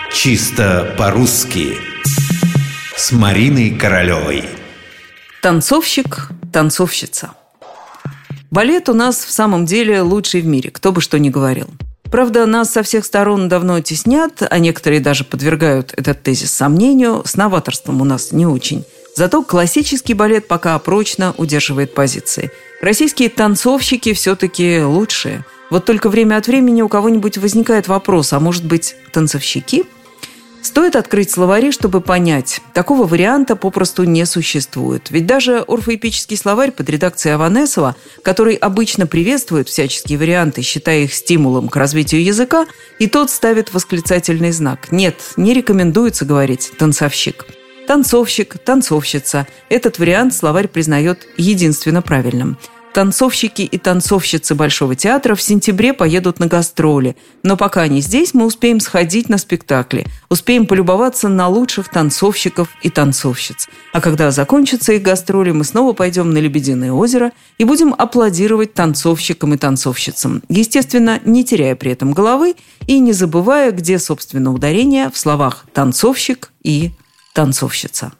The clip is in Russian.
Чисто по-русски с Мариной Королевой. Танцовщик, танцовщица. Балет у нас в самом деле лучший в мире, кто бы что ни говорил. Правда, нас со всех сторон давно теснят, а некоторые даже подвергают этот тезис сомнению. С новаторством у нас не очень. Зато классический балет пока прочно удерживает позиции. Российские танцовщики все-таки лучшие. Вот только время от времени у кого-нибудь возникает вопрос, а может быть, танцовщики? Стоит открыть словари, чтобы понять, такого варианта попросту не существует. Ведь даже орфоэпический словарь под редакцией Аванесова, который обычно приветствует всяческие варианты, считая их стимулом к развитию языка, и тот ставит восклицательный знак. Нет, не рекомендуется говорить «танцовщик». Танцовщик, танцовщица. Этот вариант словарь признает единственно правильным. Танцовщики и танцовщицы Большого театра в сентябре поедут на гастроли. Но пока они здесь, мы успеем сходить на спектакли, успеем полюбоваться на лучших танцовщиков и танцовщиц. А когда закончатся их гастроли, мы снова пойдем на Лебединое озеро и будем аплодировать танцовщикам и танцовщицам, естественно, не теряя при этом головы и не забывая, где, собственно, ударение в словах «танцовщик» и «танцовщица».